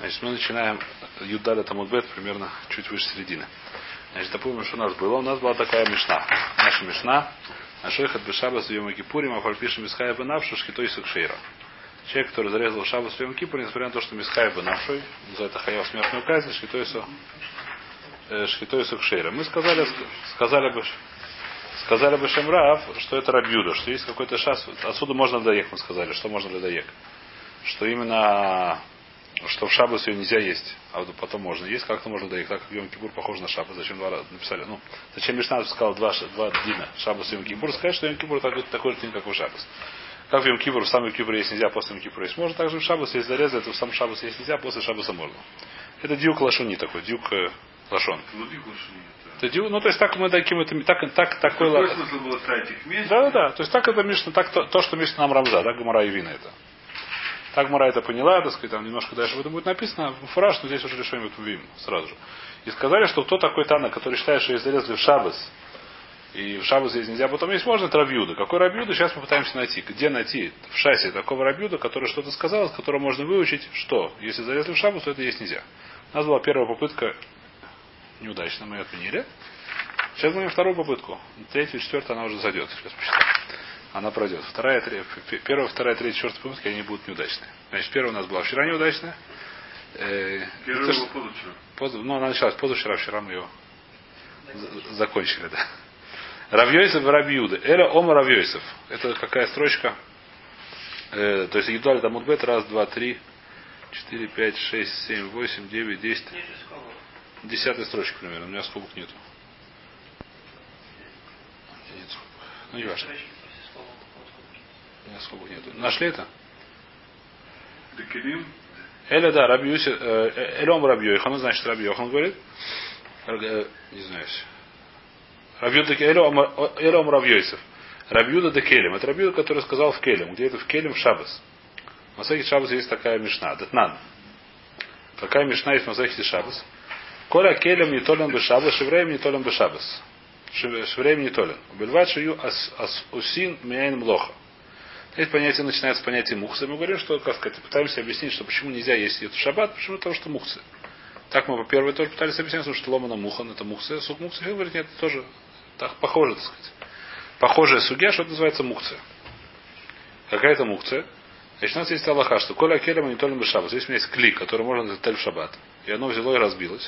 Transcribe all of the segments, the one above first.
Значит, мы начинаем Юддаля Тамудбет примерно чуть выше середины. Значит, напомним, что у нас было. У нас была такая мишна. Наша мишна. Ашойхат бешабас в Йом Кипурим, а фальпишем мисхая бенавшу шхитой сукшейра. Человек, который зарезал шабас в Йом Кипур, несмотря на то, что мисхая бенавшой, за это хаяв смертную казнь, шхитой сукшейра. Мы сказали бы Шемрав, что это Рабьюда, что есть какой-то шас. Отсюда можно доек, мы сказали, что можно доек. Что именно что в шаббас ее нельзя есть, а вот потом можно есть, как-то можно доехать, так как Йом Кипур похож на шаббас. Зачем два раза написали? Зачем Мишна сказал два дина шаббас и Йом Кипур? Сказать, что Йом Кипур такой же день, как в шаббас. Как в Йом Кипур, в сам Йом Кипур есть нельзя, после Йом Кипура есть можно, также в шаббас есть зарезы, это в сам шаббас есть нельзя, после шаббаса можно. Это дюк лашуни такой, дюк лашон. Это дюк, то есть так мы таким это такой лашон. Да. То есть так это Мишна, так то, что Мишна нам Рамза, да, Гамара и Вина это. Так Мара это поняла, так сказать, там немножко дальше об этом будет написано. Фураж, но здесь уже решаем это увидим сразу же. И сказали, что кто такой Тана, который считает, что есть зарезали в шаббас, и в шаббас здесь нельзя, потом есть можно, это Рабьюда. Какой Рабьюда, сейчас мы пытаемся найти. Где найти в шасе такого Рабьюда, который что-то сказал, с которого можно выучить, что если зарезали в шаббас, то это есть нельзя. У нас была первая попытка неудачная, мы ее отменили. Сейчас будем вторую попытку. Третью, четвертую она уже зайдет. Сейчас посчитаем. Она пройдет. Первая, вторая, третья, четвертая попытки, они будут неудачные. Значит, первая у нас была вчера неудачная. Первая была позавчера. Она началась позавчера, вчера мы ее закончили, да. Равьёйсов и Рабьюда. Эра Ома Равьёйсов. Это какая строчка? То есть Юдаль Тамудбет, раз, два, три, 4, 5, 6, 7, 8, 9, 10. 10 строчка примерно. У меня скобок нету. Не важно. У меня скобок нету. Нашли это? Эля, да, Элем Рабьёйхан, значит Рабьёйхан говорит. Не знаю. Рабьюда Элем Рабьёйсов. Рабьюда де Келем. Это Рабьюда, который сказал в Келем. Где это в Келем? В Шаббас. В Масахе Шаббас есть такая мишна. Детнан. Какая мишна есть в Масахе Шаббас? Коля Келем не толен бы Шаббас, Шевреем не толен бы Шаббас. Шевреем не толен. Убельват шию асусин мяйн млоха. Здесь понятие начинается с понятия мухсы. Мы говорим, что, как сказать, пытаемся объяснить, что почему нельзя есть эту шаббат, почему потому что мухсы. Так мы по-первых тоже пытались объяснять, что ломана мухан, это мухсы. Сук мухсы, говорит, нет, это тоже так похоже, так сказать. Похожая сугья, что это называется мухцы. Какая-то мухцы. Значит, у нас есть Аллаха, что коля келема не толен бы шаббат. Здесь у меня есть клик, который можно залетать в шаббат. И оно взяло и разбилось.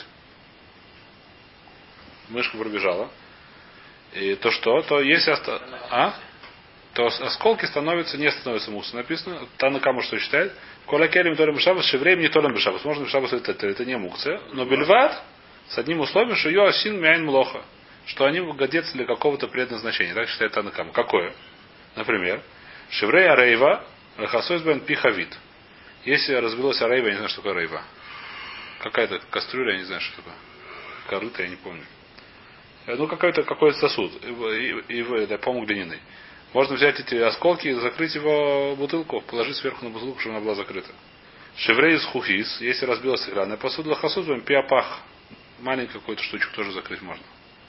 Мышка пробежала. И то что? То если то осколки не становятся мухсой. Написано, Танакама что считает? Коля келем толем бешабас, шевреем не толем бешабас. Можно бешабас это не мукция. Но бельват с одним условием, что ее осин мяйн млоха. Что они годятся для какого-то предназначения. Так считает Танакама. Какое? Например, шеврей арейва, рахасойс бен пихавит. Если развелось арейва, я не знаю, что такое арейва. Какая-то кастрюля, я не знаю, что такое. Корыто, я не помню. Какой-то сосуд. По-моему, глиняный. Можно взять эти осколки и закрыть его бутылку, положить сверху на бутылку, чтобы она была закрыта. Шеврей из хухис, если разбилась стеклянная посуда, лахасуд, пиапах, маленькую какую-то штучку тоже закрыть можно.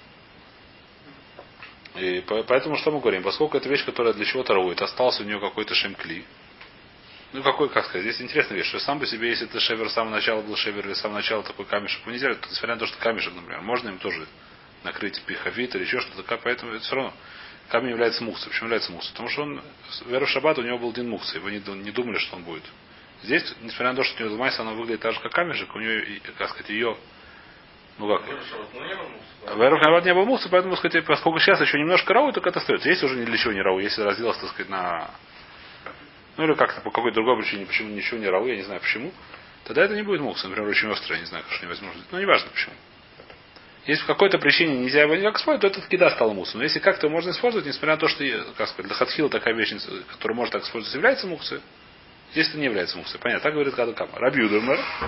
И поэтому что мы говорим? Поскольку это вещь, которая для чего-то роет, остался у нее какой-то шемкли. Как сказать, здесь интересная вещь, что сам по себе, если это шевер с самого начала был шевер, или с самого начала такой камешек, мы нельзя, то несмотря на то, что камешек, например, можно им тоже накрыть пиховит или еще что-то, поэтому это все равно. Камень является мухсой. Почему является мухсой? Потому что он, веру в шаббат, у него был дин мухсой. Вы не думали, что он будет. Здесь, несмотря на то, что у него майса, она выглядит так же, как камешек, у нее, как сказать, ее, веру в шаббат не было мухсы, поэтому, сказать, поскольку сейчас еще немножко рау, только это остается. Если уже ни для чего не рау, если разделась, так сказать, на... или как-то по какой-то другой причине, почему ничего не рау, я не знаю почему, тогда это не будет мухса. Например, очень острая, не знаю, как что невозможно. Не важно почему. Если по какой-то причине нельзя его никак использовать, то этот кида стала мусом. Но если как-то можно использовать, несмотря на то, что, как сказать, для хатхила такая вещь, которая может так использоваться, является мукцией, здесь это не является мукцией. Понятно, так говорит Кадакама. Рабьюда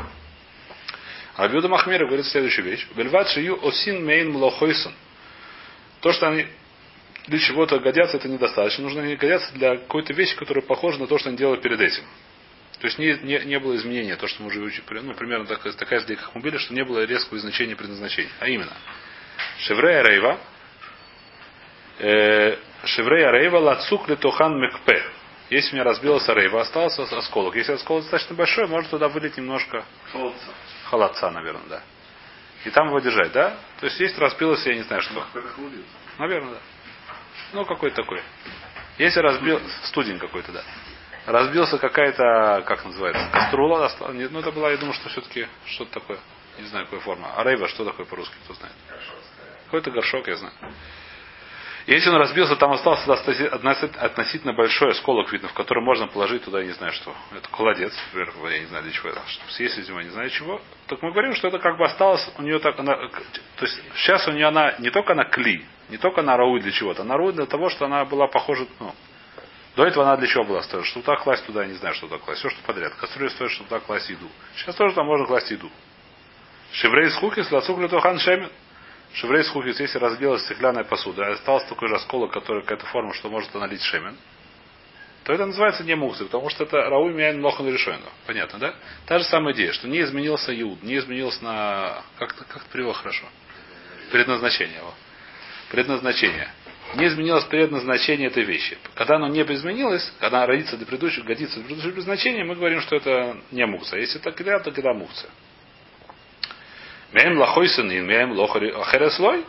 Махмер говорит следующую вещь. Бельват шию осин мейн млохойсон. То, что они для чего-то годятся, это недостаточно. Нужно они годятся для какой-то вещи, которая похожа на то, что они делали перед этим. То есть не было изменения, то, что мы уже учили, примерно такая идея, как мы были, что не было резкого изначения предназначения. А именно, Шеврей Арейва Лацук Летохан Мекпе. Если у меня разбилась рейва, остался осколок. Если осколок достаточно большой, можно туда вылить немножко холодца, наверное, да. И там его держать, да? То есть есть разбилось, я не знаю, что. Наверное, да. Ну, какой-то такой. Если разбил. Студень какой-то, да. Разбился какая-то, как называется, каструла. Ну, это была, я думаю, что все-таки что-то такое. Не знаю, какая форма. А рейва, что такое по-русски, кто знает? Какой-то горшок, я знаю. Если он разбился, там остался относительно большой осколок, видно, в который можно положить туда, я не знаю что. Это холодец, например, я не знаю для чего это. Чтобы съесть, видимо, не знаю чего. Так мы говорим, что это как бы осталось у нее так, то есть сейчас у нее она, не только она кли, не только она рауй для чего-то, она рауй для того, что она была похожа, до этого она для чего была стоит? Чтобы туда класть туда, я не знаю, что туда класть. Все, что подряд. Кастрюля стоит, чтобы туда класть еду. Сейчас тоже там можно класть еду. Шеврей с хукис, лацук летохан шемен. Шеврей с хукис, если разбилась стеклянная посуда, и остался такой же осколок, который какая-то форма, что может налить шемен, то это называется не муксы, потому что это рауй мяйн лохан решойно. Понятно, да? Та же самая идея, что не изменился юд, не изменился на... Как-то привел хорошо. Предназначение его. Предназначение. Не изменилось предназначение этой вещи. Когда оно не изменилось, когда оно годится для предыдущего предназначения, мы говорим, что это не мукса. Если так кида, то кида мукса. Мяем лохойсын и мяем лохари ахереслой.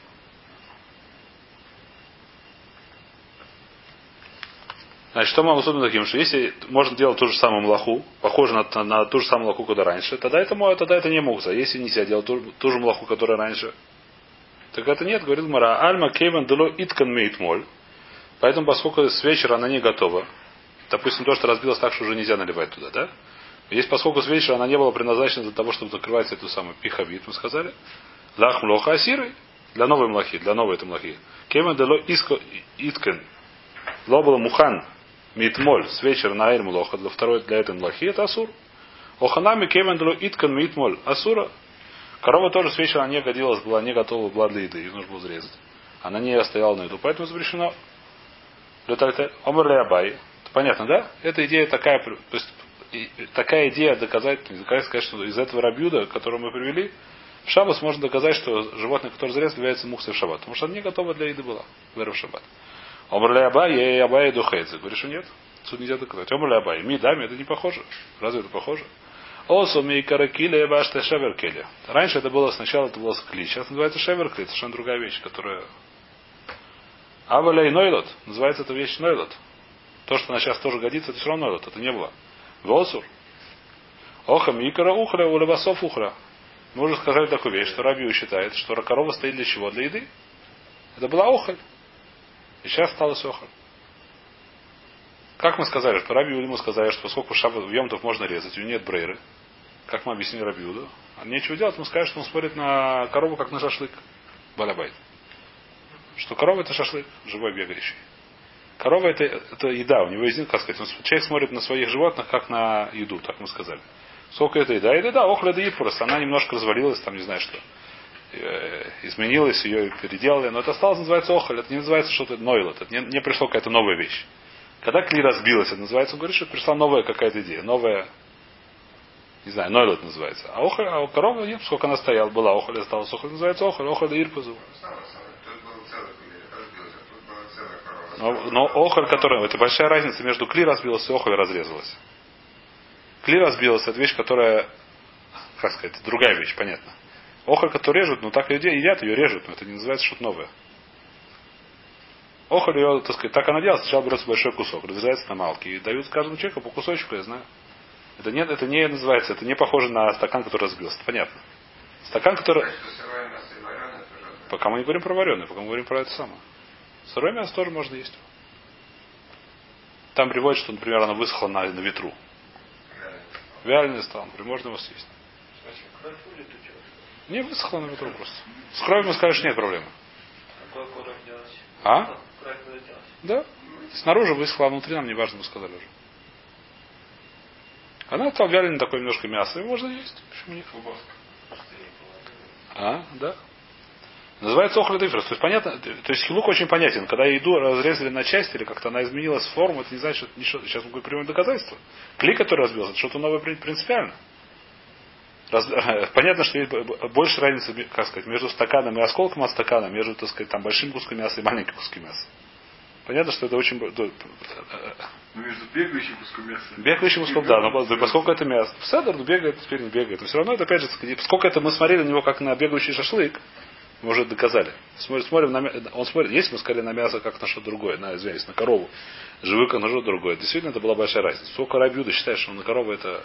Значит, что мы особенно таким, что если можно делать ту же самую млаху, похоже на ту же самую млаху, когда раньше, тогда это не мукса. Если нельзя делать ту же млаху, которая раньше, так это нет, говорит Мара. Альма кейвен дело иткан мейтмоль. Поэтому, поскольку с вечера она не готова, допустим, то, что разбилось так, что уже нельзя наливать туда, да? Если поскольку с вечера она не была предназначена для того, чтобы закрывать эту самую пихавит, мы сказали, лах млоха асирой, для новой млахи, для новой этой млахи. Кейвен дело иткан. Лобала мухан митмоль с вечера на эль млоха, для второй для этой млахи, это асур. Оханами кейвен дело иткан митмоль асура. Корова тоже с вечера не годилась, была не готова была для еды, ее нужно было зарезать. Она не стояла на еду, поэтому запрещено. Омр ли Абай. Понятно, да? Эта идея такая, то есть такая идея сказать, что из этого рабьюда, который мы привели, в шаббат можно доказать, что животное, которое зарезано, является муксой в шаббат. Потому что она не готова для еды была в шаббат. Омр ли Абай, и Абай духайдзе. Говоришь, что нет? Тут нельзя доказать. Омр ли Абай. Мидами, это не похоже. Разве это похоже? Осуми каракили башта шеверкели. Раньше это было сначала это было скли. Сейчас называется шеверкли. Это совершенно другая вещь, которая. Аваля и нойлот. Называется эта вещь нойлот. То, что она сейчас тоже годится, это все равно нойлот. Это не было. Волсур. Оха микара ухра, улевасов ухра. Мы уже сказали такую вещь, что Рабиу считает, что корова стоит для чего? Для еды. Это была охоль. И сейчас осталась охоль. Как мы сказали, что Раби ему сказали, что поскольку в Йомтов можно резать, у нее нет брейры, как мы объяснили Раби Иуду, а нечего делать, мы сказали, что он смотрит на корову как на шашлык. Балабайт. Что корова это шашлык, живой бегающий. Корова это еда, у него есть, как сказать, человек смотрит на своих животных как на еду, так мы сказали. Сколько это еда? Еда, охля да просто. Она немножко развалилась, там не знаю что. Изменилась, ее переделали, но это осталось, называется охоль, это не называется что-то нойлот, это не пришла какая-то новая вещь. Когда кли разбилась, это называется, он говорит, что пришла новая какая-то идея, новая, не знаю, нойлот называется. А охоль, а у коровы нет, сколько она стояла, была охоль, осталась охоль, называется охоль да ирпазу. Но охоль, которая, это большая разница между кли разбилась и охоль разрезалась. Кли разбилась, это вещь, которая, как сказать, другая вещь, понятно. Охоль, которую режут, ну так люди едят, ее режут, но это не называется что-то новое. Охоль ее, так сказать, так она делает, сначала берется большой кусок, разрезается на малки и дают каждому человеку по кусочку, я знаю. Это не называется, это не похоже на стакан, который разбился, это понятно. Стакан, который... Пока мы не говорим про вареное, пока мы говорим про это самое. Сырое мясо тоже можно есть. Там приводит, что, например, оно высохло на ветру. Вяленое стало, например, можно его съесть. Не высохло на ветру просто. С кровью мы скажем, что нет проблемы. А? Да. Снаружи высохло, а внутри нам не важно, мы сказали уже. Она стала вяленое такое немножко мясо, его можно есть. Почему нет? А? Да. Называется охоль дифрос. То есть понятно, то есть хилук очень понятен. Когда еду разрезали на части или как-то она изменилась в форму, это не значит, что это ничего. Сейчас мы говорим доказательство. Кли, который разбился, это что-то новое принципиально. Понятно, что есть больше разницы, как сказать, между стаканом и осколком от стакана, между, так сказать, там большим куском мяса и маленьким куском мяса. Понятно, что это очень... Ну, между бегающим куском мяса. Бегающим куском, да, но поскольку это мясо. Седр бегает, теперь не бегает. Но все равно это опять же, сколько это мы смотрели на него как на бегающий шашлык, мы уже доказали. Смотрим он смотрит, есть мы скорее на мясо, как на что-то другое, извиняюсь, на корову. Живую, как на что-то другое. Действительно, это была большая разница. Сколько рабиуда считаешь, что на корову это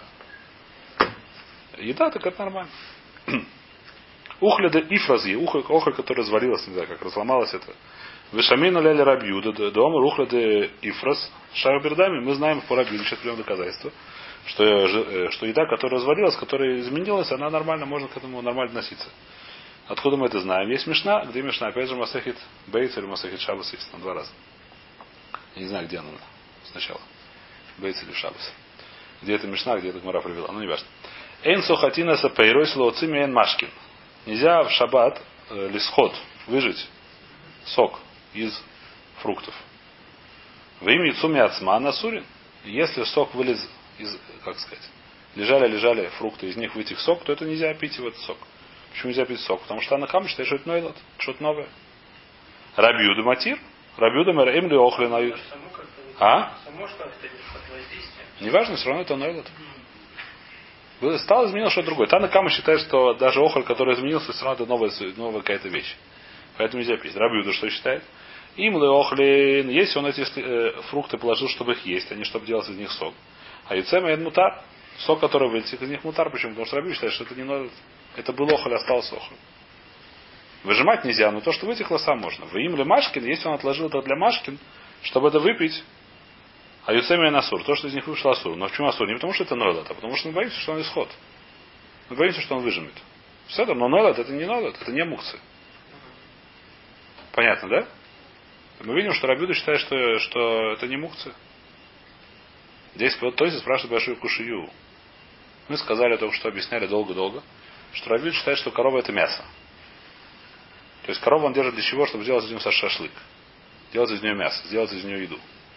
еда, так это нормально. Ухля де ифрази, ухоль, которая развалилась, не знаю, как разломалась это. Вешамина ляля рабиуда, дома рухля де ифраз, шарбердами, мы знаем по рабиуду, сейчас приведем доказательство, что еда, которая развалилась, которая изменилась, она нормально, можно к этому нормально относиться. Откуда мы это знаем? Есть Мишна, где Мишна, опять же Масахит Бейц или Масахит Шабас есть, на два раза. Я не знаю, где она сначала. Бейц или Шабас. Где это Мишна, где это Гмара привела, ну не важно. Эйн сохатина сапейрой слоцими эйн машкин. Нельзя в шаббат лисход выжать сок из фруктов. В имя Цуми Ацмана Сурин. Если сок вылез из, как сказать, лежали фрукты, из них вытек сок, то это нельзя пить его этот сок. Почему нельзя пить сок? Потому что Анахам считает, что это нойлот, что-то новое. Рабиуда матир. Рабиуда мэр эмли охлина. А? Неважно, все равно это нойлот. Стало изменилось что-то другое. Танакама считает, что даже охоль, который изменился, все равно это новая какая-то вещь. Поэтому нельзя пить. Рабиуда что считает? Им охлин, если он эти фрукты положил, чтобы их есть, а не чтобы делать из них сок. А яйцем это мутар. Сок, который вылетит из них мутар. Почему? Потому что Рабиуда считает, что это не нойлот. Это был охоль, остался охоль. Выжимать нельзя, но то, что вытекло, сам можно. В имле Машкин, если он отложил это для Машкин, чтобы это выпить, а юцеми насур, то, что из них вышел асур. Но почему асур? Не потому, что это нойлот, а потому что мы боимся, что он исход. Мы боимся, что он выжимет. Все это, но нойлот это не нойлот, это не мукцы. Понятно, да? Мы видим, что Рабиуда считает, что это не мукцы. Здесь вот то есть спрашивает большую кушию. Мы сказали только что, объясняли долго-долго, что Рабиуда считает, что корова это мясо. То есть корову он держит для чего? Чтобы сделать из нее шашлык. Делать из нее мясо, сделать из нее еду.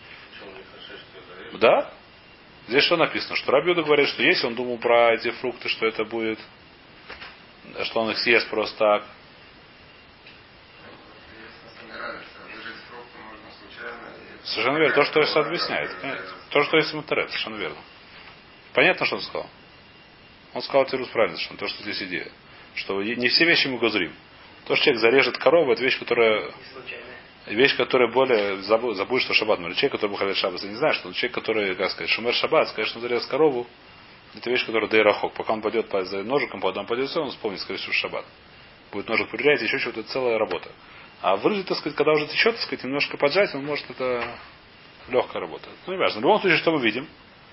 Да? Здесь что написано? Что Рабиуда говорит, что если он думал про эти фрукты, что это будет, что он их съест просто так. Совершенно верно. То, что Иса объясняет. То, что Иса Матерет. Совершенно верно. Понятно, что он сказал? Он сказал Тирус правильно, что то, что здесь идея. Что не все вещи мы гозрим. То, что человек зарежет корову, это вещь, которая более забудет, что шаббат. Но человек, который выходит шаббат, я не знаю, что человек, который, как сказать, шумер шаббат, конечно, зарезать корову, это вещь, которая дейрахок. Пока он пойдет за ножиком, потом он пойдет, он вспомнит, скорее всего, шаббат. Будет ножик проверять, еще что-то, это целая работа. А вырезать, так сказать, когда уже течет, так сказать, немножко поджать, он может, это легкая работа. Ну, не важно. В любом случае, что мы видим?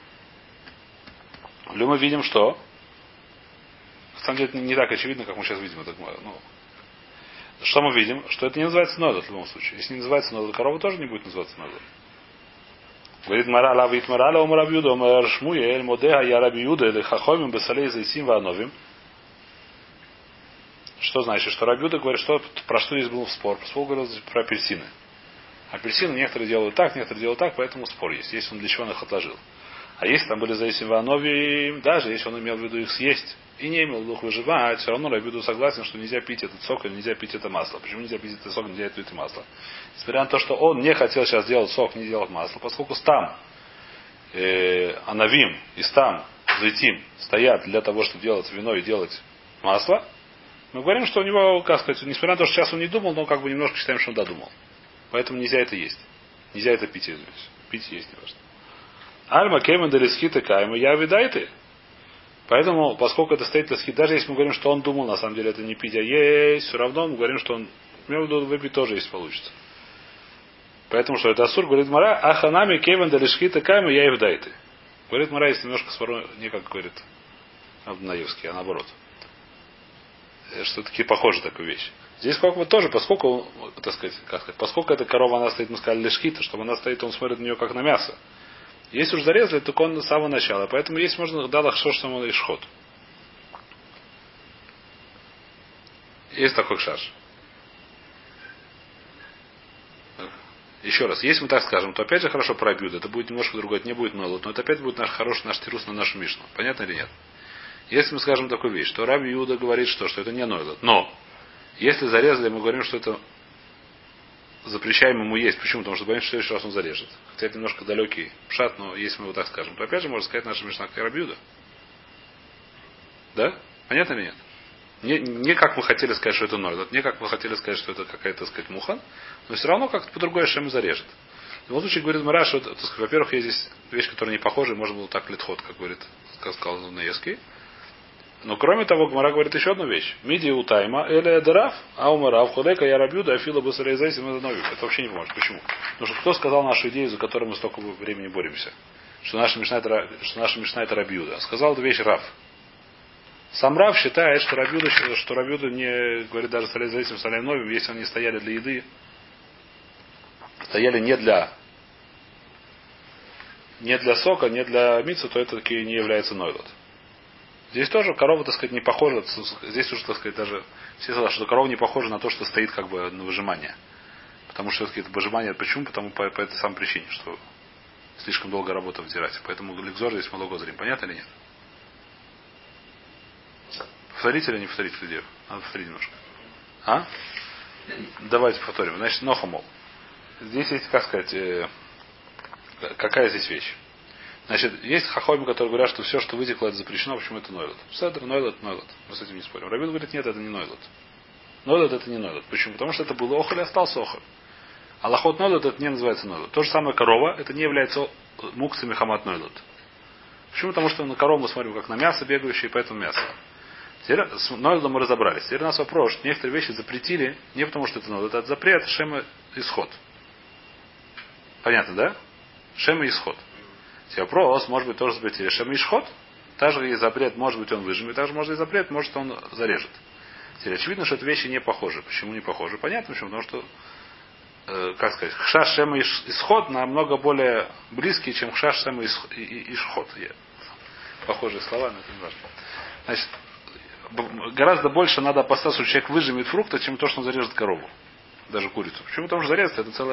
Мы видим, что на самом деле не так очевидно, как мы сейчас видим. Это, что мы видим? Что это не называется нодот в любом случае. Если не называется нодот, корова тоже не будет называться нодот. Говорит Мара Лавит Мара Ла Омар Абьюда Омар Шмуэль Модеха Я Раби Юда или Хахомим Бесалей Зайсим Вановим. Что значит? Что Раби Юда говорит, что про что здесь был спор? Спор говорил про апельсины. Апельсины некоторые делают так, некоторые делают так, поэтому спор есть. Если он для чего он их отложил. А если там были Зайсим Вановим, даже если он имел в виду их съесть и не имел в виду их выживать, все равно Раби Юда согласен, что нельзя пить этот сок или нельзя пить это масло. Почему нельзя пить этот сок, нельзя пить это масло? Несмотря на то, что он не хотел сейчас делать сок, не делать масло, поскольку стам анавим и стам зайтим стоят для того, чтобы делать вино и делать масло, мы говорим, что у него, как сказать, несмотря на то, что сейчас он не думал, но как бы немножко считаем, что он додумал. Поэтому нельзя это есть. Нельзя это пить, извиняюсь. Пить и есть не важно. Альма кеймен делисхита кайма я видайте. Поэтому, поскольку это стоит лисхит, даже если мы говорим, что он думал, на самом деле это не пить, а есть, все равно мы говорим, что он имел в виду выпить тоже есть получится. Поэтому что это асур, говорит Мара, аханами кеймен делисхита кайма я видайте. Говорит Мара, если немножко спору, не как говорит Абдунаевский, а наоборот. Что таки похоже такую вещь. Здесь как бы тоже, поскольку, так сказать, как сказать, поскольку эта корова, она стоит, мы сказали, лешхита, чтобы она стоит, он смотрит на нее как на мясо. Если уж зарезали, то он с самого начала. Поэтому есть можно дал ахшош самого ишхот. Есть такой шаш. Еще раз, если мы так скажем, то опять же хорошо пробьют. Это будет немножко другое, это не будет нолот, но это опять будет наш хороший наш тирус на нашу мишну. Понятно или нет? Если мы скажем такую вещь, что Раби Юда говорит, что это не нойлот. Но, если зарезали, мы говорим, что это запрещаем ему есть. Почему? Потому что боимся, что в следующий раз он зарежет. Хотя это немножко далекий пшат, но если мы его так скажем, то опять же можно сказать наша Мишна Рабиуда. Да? Понятно или нет? Не как мы хотели сказать, что это ноль. Не как мы хотели сказать, что это какая-то, так сказать, муха. Но все равно как-то по-другому Шем зарежет. В любом случае, говорит Мара, что, во-первых, есть здесь вещь, которая не похожа, и можно было так литхот, как говорит, как сказал Наеский. Но кроме того, Гмара говорит еще одну вещь. Миди у тайма, эля эдераф, а умарав, хулека, я рабью, афила басарейзайсим, это новик. Это вообще не поможет. Почему? Потому что кто сказал нашу идею, за которой мы столько времени боремся? Что наша Мишна это рабьюда. Сказал эту вещь Рав. Сам Рав считает, что рабьюда не, говорит, даже салейзайсим, салейм новим, если они стояли для еды, стояли не для сока, не для митца, то это таки не является нойлот. Здесь тоже корова, так сказать, не похожа. Здесь уже, так сказать, даже все сказали, что корова не похожа на то, что стоит как бы на выжимание. Потому что все-таки это выжимание. Почему? Потому по этой самой причине, что слишком долго работа вдирать. Поэтому ликзор здесь много зрим. Понятно или нет? Повторить или не повторить идею? Надо повторить немножко. А? Давайте повторим. Значит, нохамол. Здесь есть, как сказать, какая здесь вещь? Значит, есть хахоми, которые говорят, что все, что вытекло, это запрещено, почему это нойлот. Седр, нойлот, нойлот. Мы с этим не спорим. Рабин говорит, нет, это не нойлот. Нойлот это не нойлот. Почему? Потому что это был охоль и остался охоль. А лохот нойлот это не называется нойлот. То же самое корова, это не является муксами хамат нойлот. Почему? Потому что на корову мы смотрим как на мясо бегающее, и поэтому мясо. Теперь с нойлотом мы разобрались. Теперь у нас вопрос, что некоторые вещи запретили не потому, что это нойлот, это запрет, шема исход. Понятно, да? Шема исход. Вопрос, может быть, тоже запретили. Шем ишхот, также и запрет, может быть, он выжмет, также может и запрет, может, он зарежет. Теперь очевидно, что это вещи не похожи. Почему не похожи? Понятно, почему. Потому что, как сказать, хшаш шем исход намного более близкий, чем хшаш шем ишхот. Похожие слова, но это не важно. Значит, гораздо больше надо опасаться, что человек выжмет фрукта, чем то, что он зарежет корову. Даже курицу. Почему? Потому что зарезать это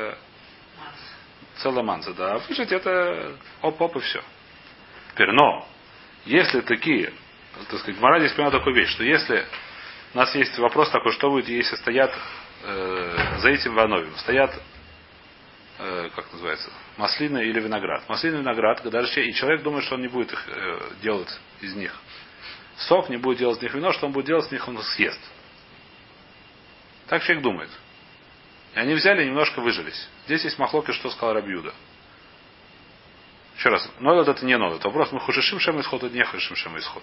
целая манза, да. А выжить это оп-оп и все. Теперь, но, если такие, так сказать, Гмара здесь понял такую вещь, что если у нас есть вопрос такой, что будет, если стоят за этим вановим, стоят, как называется, маслина или виноград. Маслина и виноград, когда и человек думает, что он не будет их делать из них сок, не будет делать из них вино, что он будет делать из них, он съест. Так человек думает. И они взяли и немножко выжились. Здесь есть махлоки, что сказал Рабьюда. Еще раз. Нойлот это не нойлот. Вопрос, мы хушишим шем исход, это не хушишим шем исход.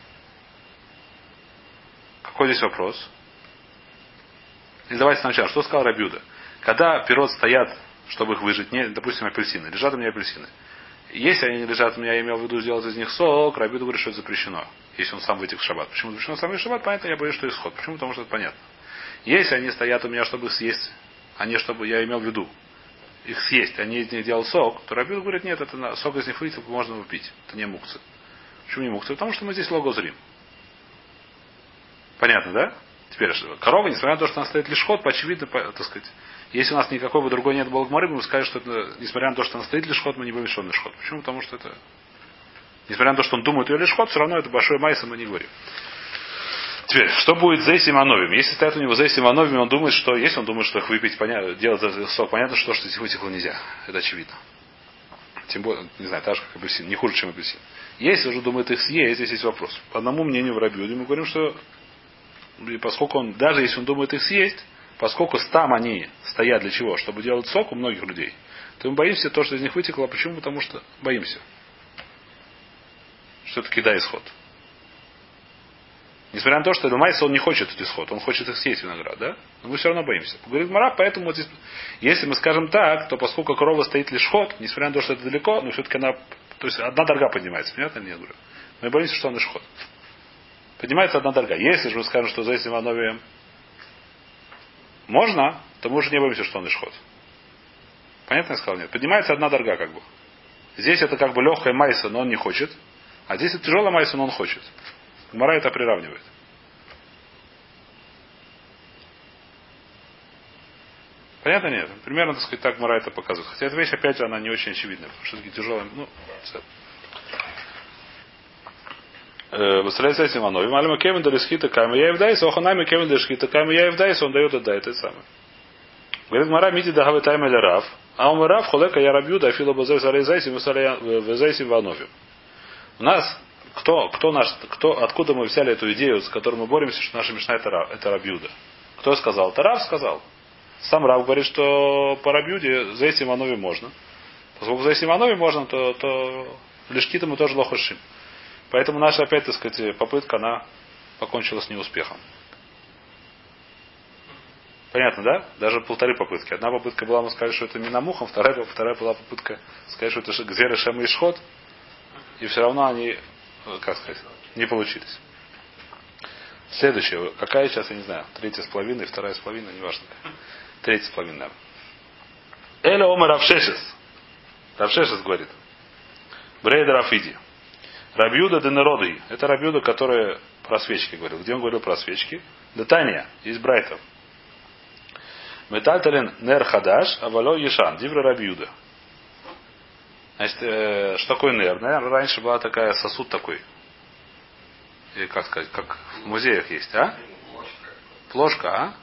Какой здесь вопрос? Или давайте сначала. Что сказал Рабьюда? Когда пирот стоят, чтобы их выжить, не, допустим, апельсины. Лежат у меня апельсины. Если они лежат у меня, я имел в виду сделать из них сок, Рабьюда говорит, что это запрещено. Если он сам вытек в шаббат. Почему запрещено сам в шаббат? Понятно, я боюсь, что исход. Почему? Потому что это понятно. Если они стоят у меня, чтобы их съесть, а не чтобы я имел в виду их съесть, а не из них делал сок, то Рабьюда говорит, нет, это сок из них выйти можно выпить. Это не мукцы. Почему не мукцы? Потому что мы здесь логозрим. Понятно, да? Теперь, корова, несмотря на то, что она стоит лишь ход, очевидно, так сказать, если у нас никакой бы другой нет Болгмары, мы скажем, что это, несмотря на то, что она стоит лишь ход, мы не будем, что он лишь ход. Почему? Потому что это, несмотря на то, что он думает ее лишь ход, все равно это большой майса, мы не говорим. Теперь, что будет с Зейсим Ановим? Если стоят у него Зейсим Ановим, он думает, что если он думает, что их выпить, понятно, делать сок, понятно, что здесь вытекло нельзя. Это очевидно. Тем более, не знаю, так же, как апельсин, не хуже, чем апельсин. Если уже думает их съесть, здесь есть вопрос. По одному мнению в Рабьюде мы говорим, что и поскольку он, даже если он думает их съесть, поскольку там они стоят для чего? Чтобы делать сок у многих людей, то мы боимся то, что из них вытекло. Почему? Потому что боимся. Что это кидай исход. Несмотря на то, что Эльмайса он не хочет этот исход, он хочет их съесть виноград, да? Но мы все равно боимся. Говорит Мара, поэтому вот здесь, если мы скажем так, то поскольку корова стоит лишь ход, несмотря на то, что это далеко, но все-таки она, то есть одна дорога поднимается, понятно или нет? Говорю. Мы боимся, что он лишь ход. Поднимается одна дорога. Если же мы скажем, что за этим Ановием можно, то мы уже не боимся, что он лишь ход. Понятно я сказал? Нет. Поднимается одна дорога как бы. Здесь это как бы легкая майса, но он не хочет. А здесь это тяжелая майса, но он хочет. Гмара это приравнивает. Понятно нет? Примерно, так сказать, так Гмара это показывает. Хотя эта вещь, опять же, она не очень очевидная. Потому что все-таки тяжелая. Ну, Восстраивается этим Ановим. Алима Кевин дали схита камы я евдайс, оханами Кевин дали схита камы я евдайс, он дает отдает это самое. Говорит, Мара мити дагавы тайм или рав. А он рав, холека я рабью, да фила базай зарезайсим и везайсим вановим. У нас, откуда мы взяли эту идею, с которой мы боремся, что наша мишна это рабьюда? Кто сказал? Это рав сказал. Сам рав говорит, что по рабьюде зайсим вановим можно. Поскольку зайсим вановим можно, то лишкита мы тоже лохушим. Поэтому наша, опять, так сказать, попытка, она покончила с неуспехом. Понятно, да? Даже полторы попытки. Одна попытка была, мы сказали, что это минамухом, вторая была попытка сказать, что это гзера шема и шхот, и все равно они, как сказать, не получились. Следующее. Какая сейчас, я не знаю, 3,5, 2,5, неважно. 3,5, наверное. Эля омар Равшешес. Равшешес говорит. Брейда Рафиди. Рабьюда денероды. Это Рабьюда, который про свечки говорил. Где он говорил про свечки? Детания. Есть Брайтов. Метальталин нер хадаш, авало ешан. Дивра Рабьюда. Значит, что такое нер? Наверное, раньше была такая сосуд такой. Или как сказать, как в музеях есть, а? Плошка, а?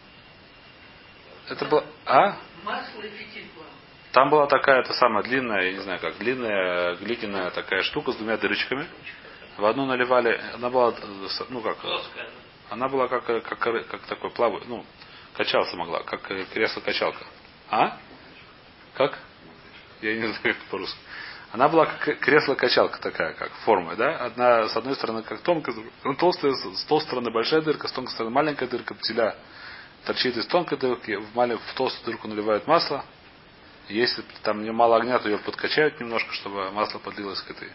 Это было, а? Там была такая, это самая длинная, я не знаю как, длинная глиняная такая штука с двумя дырочками. В одну наливали, она была, ну как, она была как такой плавый, ну, качался могла, как кресло-качалка. А? Как? Я не знаю, как по-русски. Она была как кресло-качалка такая, как форма, да? Одна, с одной стороны, как тонкая, толстая, с толстой стороны большая дырка, с тонкой стороны маленькая дырка, петля торчит из тонкой дырки, в толстую дырку наливают масло. Если там мало огня, то ее подкачают немножко, чтобы масло подлилось к этой.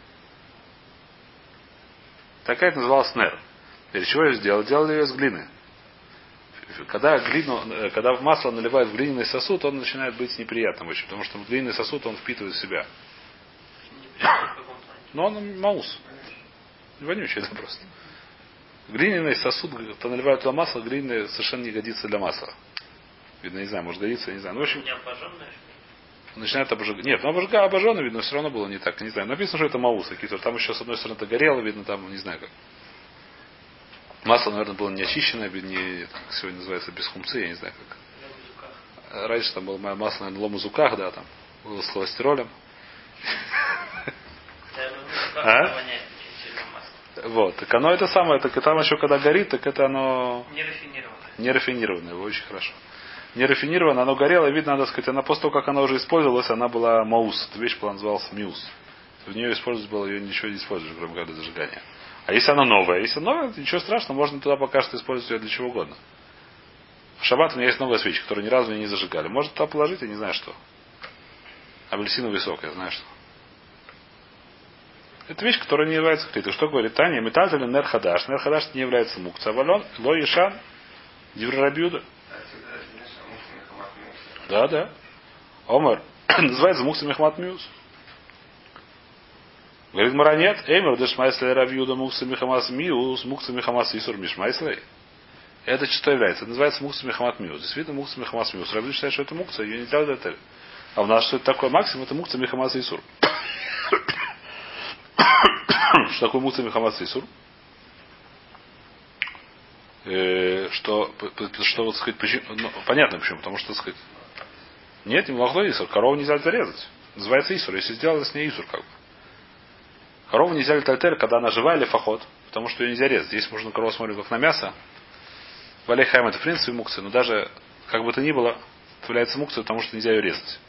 Такая это называлась нер. Теперь чего ее сделали? Делали ее из глины. Когда в масло наливают в глиняный сосуд, он начинает быть неприятным очень, потому что глиняный сосуд он впитывает в себя. Но он маус. Вонючий это просто. Глиняный сосуд, то наливают туда масло, глиняный совершенно не годится для масла. Видно, не знаю, может годится, не знаю. Ну, в общем, начинает обжигать. Нет, ну обожженный, видно, все равно было не так. Не знаю. Написано, что это маус. Там еще с одной стороны это горело, видно, там, не знаю как. Масло, наверное, было не очищенное, не, как сегодня называется, без хумцы, я не знаю как. Раньше там было масло, наверное, ломузуках, да, там было с холестеролем. А? Вот. Так оно это самое, так и там еще когда горит, так это оно. Не рафинированное, очень хорошо. Не рафинированное, оно горело, видно, надо сказать, она после того, как она уже использовалась, она была маус. Эта вещь была называлась миус. В нее использовать было, ее ничего не используешь, кроме как для зажигания. А если она новая? Если новая, ничего страшного, можно туда пока что использовать ее для чего угодно. В шаббат у меня есть новая свеча, которую ни разу не зажигали. Можно туда положить, я не знаю что. Апельсиновый сок, я знаю что. Это вещь, которая не является клитой. Что говорит Таня? Металь или нер хадаш. Нер хадаш не является мукца. Валон, ло ешан, дивра рабьюда. Да. Омар. Называется мукца мехмат миус. Говорит Мара, нет. Эймер дешмайслей рабьюда мукца мехамас миус, мукца мехамас исур мишмайслей. Это что является? Это называется мукца мехамат миус. Действительно мукца мехамас миус. Рабью считает, что это мукца, ее нельзя дать. А у нас что это такое? Максимум это мукца мехамас исур. Что такое мукца мехамас исур? Что вот сказать, почему, ну, понятно почему, потому что, сказать, нет, не могло исур. Корову нельзя зарезать. Называется исур. Если сделали с ней исур, как бы. Корову нельзя летальтер, когда она живая или фахот, потому что ее нельзя резать. Здесь можно корову смотреть как на мясо. Валейхайм это в принципе мукция, но даже как бы то ни было, это является мукцией, потому что нельзя ее резать.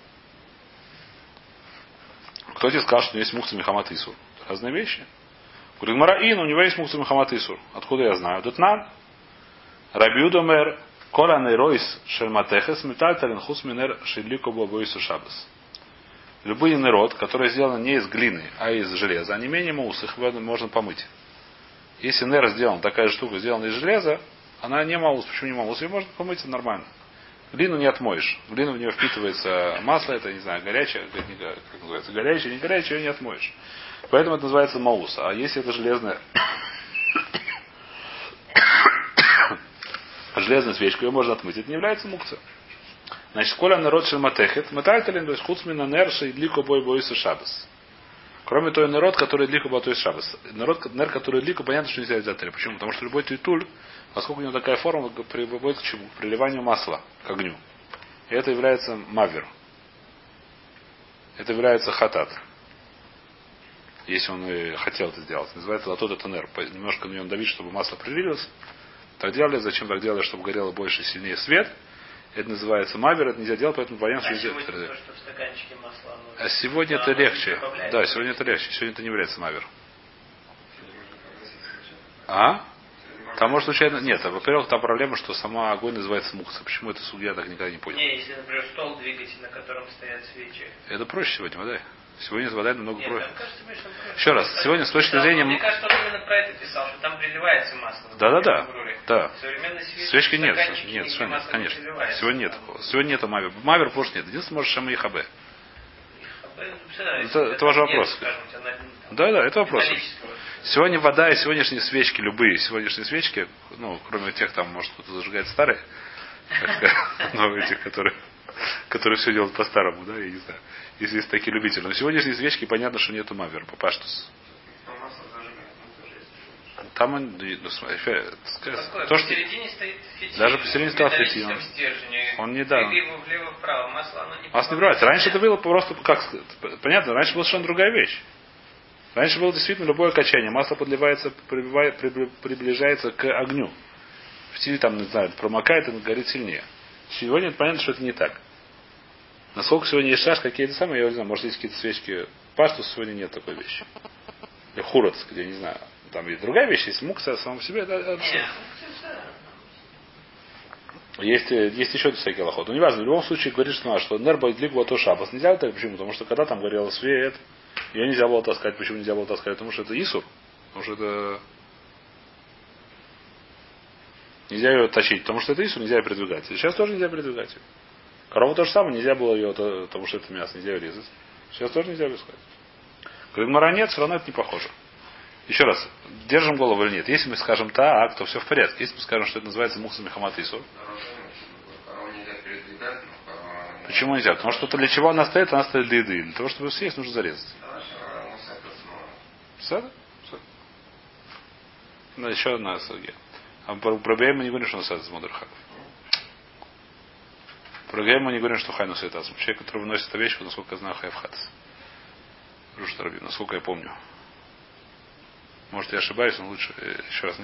Кто тебе сказал, что у него есть мукция мехамат исур? Разные вещи. Говорит, Мараин, у него есть мукция мехамат исур. Откуда я знаю? Дутнан. Рабиудомер кола нейройс шельматехес метальтален хус минер шедлико бобойсу шабас. Любой нерод, который сделан не из глины, а из железа, они менее маус, их можно помыть. Если нер сделан, такая штука сделана из железа, она не маус. Почему не маус? Ее можно помыть, это нормально. Глину не отмоешь. В глину в нее впитывается масло, это, не знаю, горячее, как называется, горячее, не горячее, ее не отмоешь. Поэтому это называется маус. А если это железная свечка, ее можно отмыть, это не является мукцией. Значит, коля народ шельматехет, метальталин, то есть хуцмина нерша и длико бой бойса шабас. Кроме того, народ, который длико бой шабас. Нер, который длико, понятно, что нельзя взять. Почему? Потому что любой титуль, поскольку у него такая форма, приводит к чему? К приливанию масла к огню. И это является мавер. Это является хатат. Если он и хотел это сделать. Называется латот этанер. Немножко на нем давить, чтобы масло прилилось. Так делали. Зачем так делали? Чтобы горело больше, сильнее свет. Это называется мавер. Это нельзя делать, поэтому понятно, что нельзя. То, что в стаканчике масла, а сегодня это легче. Да, сегодня это легче. Сегодня это не является мавер. А? Там может случайно... Нет, во-первых, там проблема, что сама огонь называется мукса. Почему это судья так никогда не понял? Не, если, например, стол двигать, на котором стоят свечи. Это проще сегодня, вода. Сегодня с водой намного проще. Кажется, мне, что еще раз, сегодня с точки зрения... Мне кажется, он именно про это писал, что там приливается масло. Да. Да. Современной свечки нет. Нет, совершенно, конечно. Сегодня нет такого. Сегодня нет мавер. Мавер просто нет. Единственное, может, шама и хабе. Это тоже вопрос. Да, это вопрос. Сегодня вода и сегодняшние свечки, любые сегодняшние свечки, ну, кроме тех, там, может, кто-то зажигает старые, но этих, которые все делают по-старому, да, я не знаю. Если есть такие любители. Но сегодняшние свечки, понятно, что нету мавер, по паштус. Там он, то, что даже посередине стоял фитиль. Он не дал. Масло не брать. Раньше это было просто, как сказать, понятно, раньше была совершенно другая вещь. Раньше было действительно любое качание. Масло подливается, приближается к огню. Фитиль там, не знаю, промокает и горит сильнее. Сегодня понятно, что это не так. Насколько сегодня есть шаш, какие-то самые, я не знаю, может есть какие-то свечки. Паштус сегодня нет такой вещи. Или хурац, где, не знаю. Там есть другая вещь, есть мукса сам по себе, это есть еще всякие лохот. Но неважно, в любом случае говорит, что нер байдлик то шабас. Нельзя так, почему? Потому что когда там горел свет, ее нельзя было таскать. Почему нельзя было таскать? Потому что это исур. Потому что это... Нельзя ее тащить. Потому что это исур, нельзя ее передвигать. Сейчас тоже нельзя передвигать ее. Корову то же самое, нельзя было ее, потому что это мясо, нельзя ее резать. Сейчас тоже нельзя ее сказать. Говорит, мара нет, все равно это не похоже. Еще раз, держим голову или нет. Если мы скажем так, то все в порядке. Если мы скажем, что это называется мукса мехамат исур. Почему нельзя? Потому что для чего она стоит для еды. Для того, чтобы съесть, нужно зарезать. Сада? Ну, еще одна сагия. А про Бейма не говорим, что он садит из Мудрхаков. Про Бейма не говорим, что хайну садит. Человек, который выносит эту вещь, насколько я знаю, хайфхатс. Насколько я помню. Может, я ошибаюсь, но лучше. Еще раз,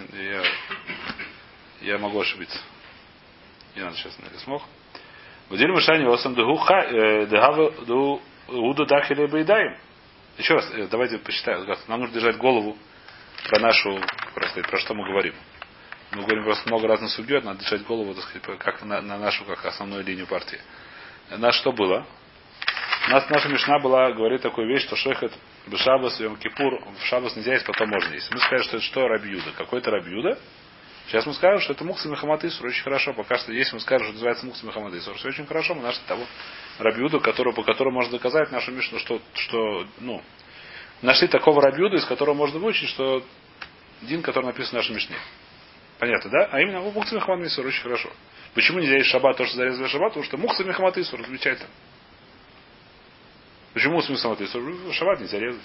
я могу ошибиться. Не надо сейчас на смог. Вадиль Мышани Осам Дегаву Уду Дахили Бейдаем. Еще раз, давайте посчитаем. Нам нужно держать голову про нашу, про что мы говорим. Мы говорим просто много разных судей, надо держать голову, так сказать, как на нашу, как основную линию партии. Что было? Наша мишна говорит такую вещь, что шехет бешабас, йом кипур, в шабас нельзя есть, потом можно есть. Мы скажем, что это что рабьюда? Какой-то рабьюда. Сейчас мы скажем, что это мукса мехамат исур. Очень хорошо. Пока что, если мы скажем, что называется мукса мехамат исур, все очень хорошо. Мы нашли того рабьюду, по которому можно доказать нашу мишну, что нашли такого рабьюда, из которого можно выучить, что дин, который написан в нашей мишне. Понятно, да? А именно мукса мехамат исур. Очень хорошо. Почему нельзя есть шаббат, то, что зарезали шаббат? Потому что мукса мехамат исур. Замечательно. Почему мукса мехамат исур? Шаббат нельзя резать.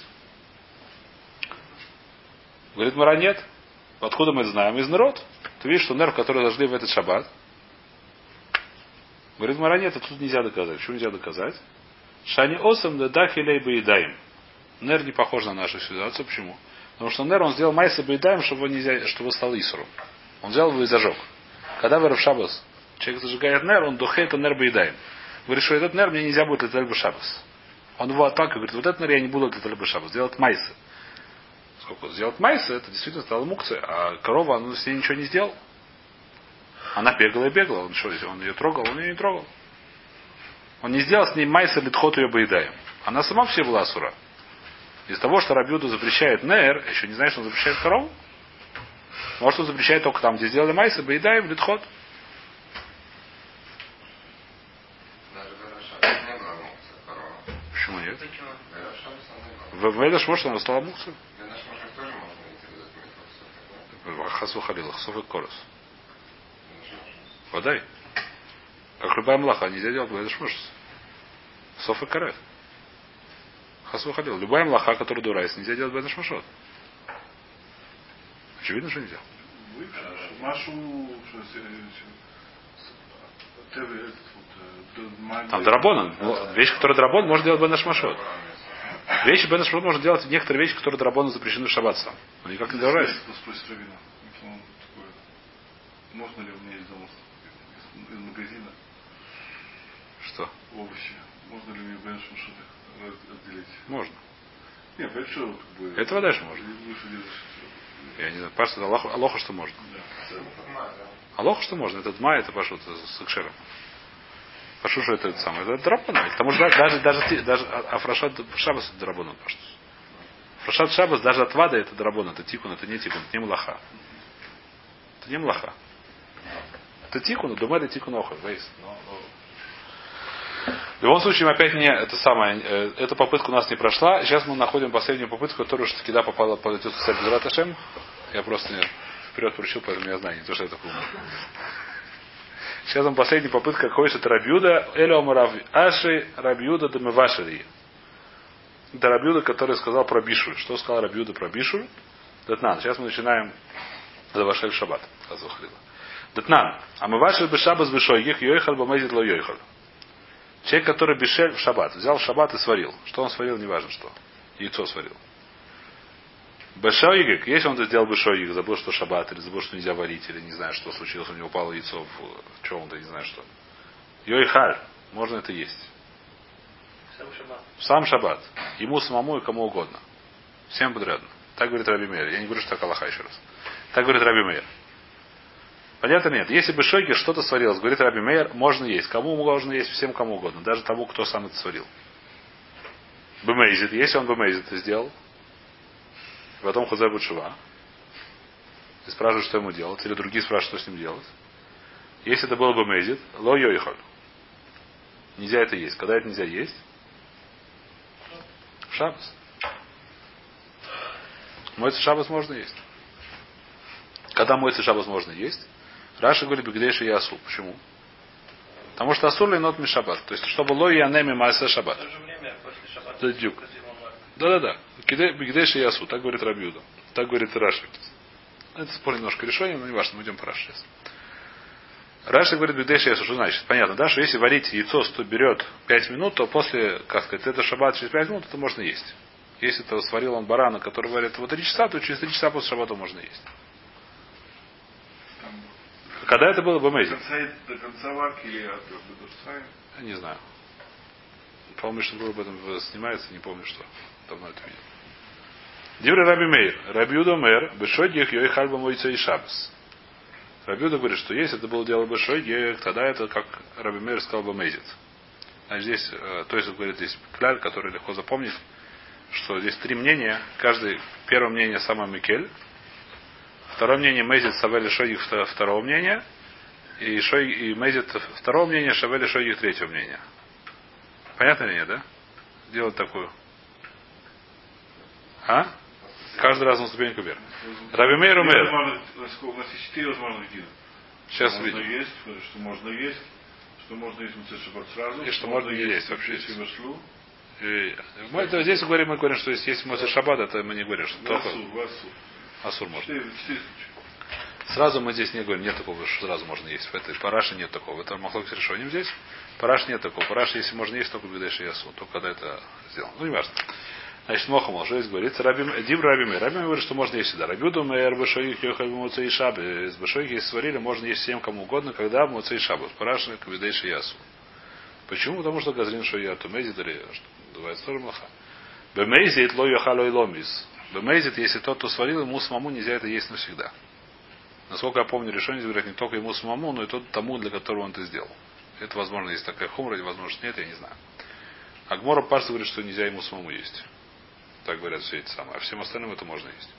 Говорит, мара нет. Откуда мы это знаем? Из народ. Ты видишь, что нерв, который зажгли в этот шаббат. Говорит, мара нет, а тут нельзя доказать. Почему нельзя доказать? Шани осам да дахилей баедаем. Нер не похож на нашу ситуацию. Почему? Потому что нер он сделал майса баедаем, чтобы стал исуром. Он взял его и зажег. Когда вы в шаббас, человек зажигает нер, он духает нер баедаем. Говорит, что этот нер мне нельзя будет летать в шаббас. Он его атакует, говорит, вот этот нер я не буду летать в шаббас. Сделать майса. Сделать майса, это действительно стало мукция. А корова, она с ней ничего не сделал. Она бегала и бегала. Он ее трогал, он ее не трогал. Он не сделал с ней майса литхот ее боедаем. Она сама все была асура. Из-за того, что Рабьюда запрещает нер, еще не знаю, что он запрещает корову. Может, он запрещает только там, где сделали майса, боедаем, литхот. Почему нет? В Эдаш может, она стала мукцией. Хасу халила, хасу корос. Водай. Как любая млаха, нельзя делать, это шмушс. Софа карет. Хасу халил. Любая млаха, которая дурайся, нельзя делать бедаш машот. Очевидно, что нельзя. Машу Там драбонан. Вещь, которая драбон, можно делать бен ашмашот. Вещи бен ашмашот можно делать некоторые вещи, которые драбону запрещены в шаббат сам. Но никак не дорожает. Можно ли у меня из дома, из магазина, что? овощи? Можно ли мне бен ашмашот отделить? Можно. Нет, большой как бы. Этого дальше можно. Я не знаю, пашту алоха, что можно. Алоха, что можно. Это дма, это пашут с экшером. Пашу, что это самое. Это драбона. К тому же даже афрашат шабас это драбона пашту. Афрашат шабас даже от вада это драбона. Это тикун, это не тикун, это не млаха. Это не млаха. Это тикун, думали тикун охо. В любом случае, мы опять не это самое, эта попытка у нас не прошла. Сейчас мы находим последнюю попытку, которая что таки попала под эту Безрат Ашем. Я просто вперед поручил, поэтому я знаю, не то, что я такой умный. Сейчас нам последняя попытка, какой это Рабьюда, Элеом Аши Рабьюда Дамевашери. Это Рабьюда, который сказал про Бишуль. Что сказал Рабьюда про Бишуль? Датнан. Сейчас мы начинаем Завашель Шаббат. Датнан. А мы ваши бы шаббат бешойгих, йойхал бамезит ло йойхал. Человек, который бешель в шаббат, взял в шаббат и сварил. Что он сварил, неважно что. Яйцо сварил. Бешойгик, если он это сделал бешойгик, забыл, что шаббат, или забыл, что нельзя варить, или не знаю, что случилось, у него упало яйцо в чем-то, не знаю что. Йойхаль, можно это есть. Сам шаббат. Ему самому и кому угодно. Всем подряд. Так говорит Раби Мейер. Я не говорю, что так Аллаха еще раз. Так говорит Раби Мейер. Понятно нет? Если бы шойгер что-то сварилось, говорит Раби Мейер, можно есть. Кому можно есть, всем кому угодно. Даже тому, кто сам это сварил. Бемейзит. Если он бемейзит это сделал, потом хузай будет шува. И спрашивают, что ему делать. Или другие спрашивают, что с ним делать. Если это было бемейзит, ло йойхоль. Нельзя это есть. Когда это нельзя есть? В шаббас. Моется шаббас можно есть. Когда моется шаббас можно есть? Раша говорит, бигдейши и асу. Почему? Потому что асур лейнот ми шаббат. То есть, чтобы ло и анеми майса шаббат. В то же время после шаббата. Это дюк. Да. Бигдейши и асу. Так говорит Рабьюда. Так говорит Раша. Это спор немножко решение, но не важно, мы идем по Раше сейчас. Раша говорит, бигдейши и асу. Что значит? Понятно, да, что если варить яйцо, что берет 5 минут, то после, как сказать, это шаббат через 5 минут, это можно есть. Если это сварил он барана, который варит его 3 часа, то через 3 часа после шаббата можно есть. Когда это было бемейзит? До конца варки или от Бедурсай? Я не знаю. По-моему, что было об этом снимается, не помню что. Давно это видел. Дивры Раби Мейр. Рабиуда Мэр. Бешойгех йой хальба мойца и шабас. Рабиуда говорит, что если это было дело бешойгех, тогда это, как Раби Мейр сказал, бемейзит. Значит, здесь, то есть, говорит, здесь кляль, который легко запомнить, что здесь 3 мнения. Первое мнение самое Микель. Второе мнение Мейзит Савели Шойгих второго мнения. И Мейзит второго мнения, Шавели Шойгих третьего мнения. Понятно или нет, да? Делать такую. А? Каждый раз на ступеньку вверх. Раби Мейр умер. У нас есть 4 возможных вида. Сейчас можно видим. Есть, что можно есть, что можно есть шаббат сразу. И что можно не есть вообще. Если здесь мы говорим, что если Моцей Шаббат, это мы не говорим, что только Асур можно. 4 Сразу мы здесь не говорим, нет такого, что сразу можно есть. В этой параше нет такого. Это Махлок с решением здесь. Параш нет такого. Параш, если можно есть, только Бедеш и Ясу. Только когда это сделано. Ну, не важно. Значит, Мохамал, что здесь говорится? Дим Рабими. Рабими говорит, что можно есть всегда. Рабиуду мэр бешойгих йохаль б'моцей и шабы. С бешойгих, если сварили, можно есть всем кому угодно, когда б'моцей и шабы. Параш, Бедеш и Ясу. Почему? Потому что Газрин Шояту Мейзит или что называется тоже Маха. Бемейзит ло йохаль и ломис. Бемейзит, если тот, кто сварил, ему самому нельзя это есть навсегда. Насколько я помню, решение говорят не только ему самому, но и тот тому, для которого он это сделал. Это, возможно, есть такая хумра, возможно, нет, я не знаю. А Гмора Парс говорит, что нельзя ему самому есть. Так говорят все эти самые. А всем остальным это можно есть.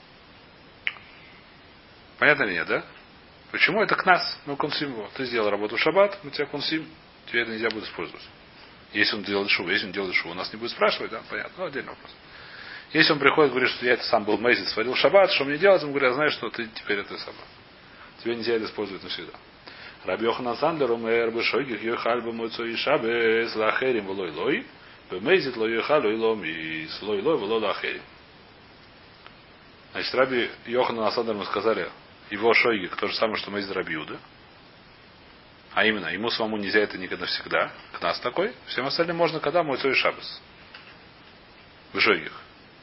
Понятно или нет, да? Почему это к нас? Мы консим его. Ты сделал работу в шаббат, мы тебя консим. Тебе это нельзя будет использовать. Если он делает шоу, если он делает шоу, нас не будет спрашивать, да? Понятно. Ну, отдельный вопрос. Если он приходит и говорит, что я это сам был мейзит, сварил шаббат, что мне делать? Он говорит, я знаю, что ты теперь это самое. Тебе нельзя это использовать навсегда. Раби Йоханан Сандлер умер бешойгих йохаль б'мойцо и шабес лахерим в'лой лой б'мейзит лой йохаль лой ломис лой лой в'лой лахерим. Значит, Раби Йоханан Сандлер мы сказали, его шойгик, то же самое, что мейзит Раби Юда. А именно, ему самому нельзя это никогда навсегда. Кнас такой. Всем остальным можно когда Мойцой Шабас. Вышойгих.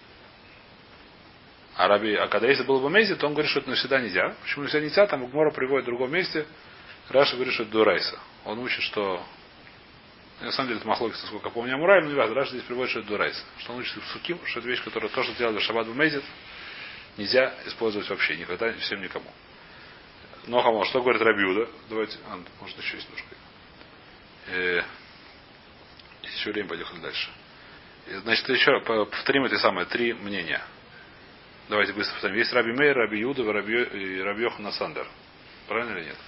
А когда если было бы Мейзи, то он говорит, что это навсегда нельзя. Почему навсегда нельзя? Там Гмора приводит в другом месте. Раша говорит, что это Дурайса. Он учит, что... На самом деле это махлокис, насколько я помню, Амурай, но не важно. Раша здесь приводит, что это Дурайса. Что он учит в Суким, что это вещь, которая то, что делали в Шаббат в Мейзит, нельзя использовать вообще. Никогда, всем никому. Но Хамал, что говорит Рабиуда? Давайте, может еще есть немножко. Еще время поехали дальше. Значит, еще повторим эти самые три мнения. Давайте быстро повторим. Есть Раби Мейр, Раби Юда и Раби Йоханан Сандер. Правильно или нет?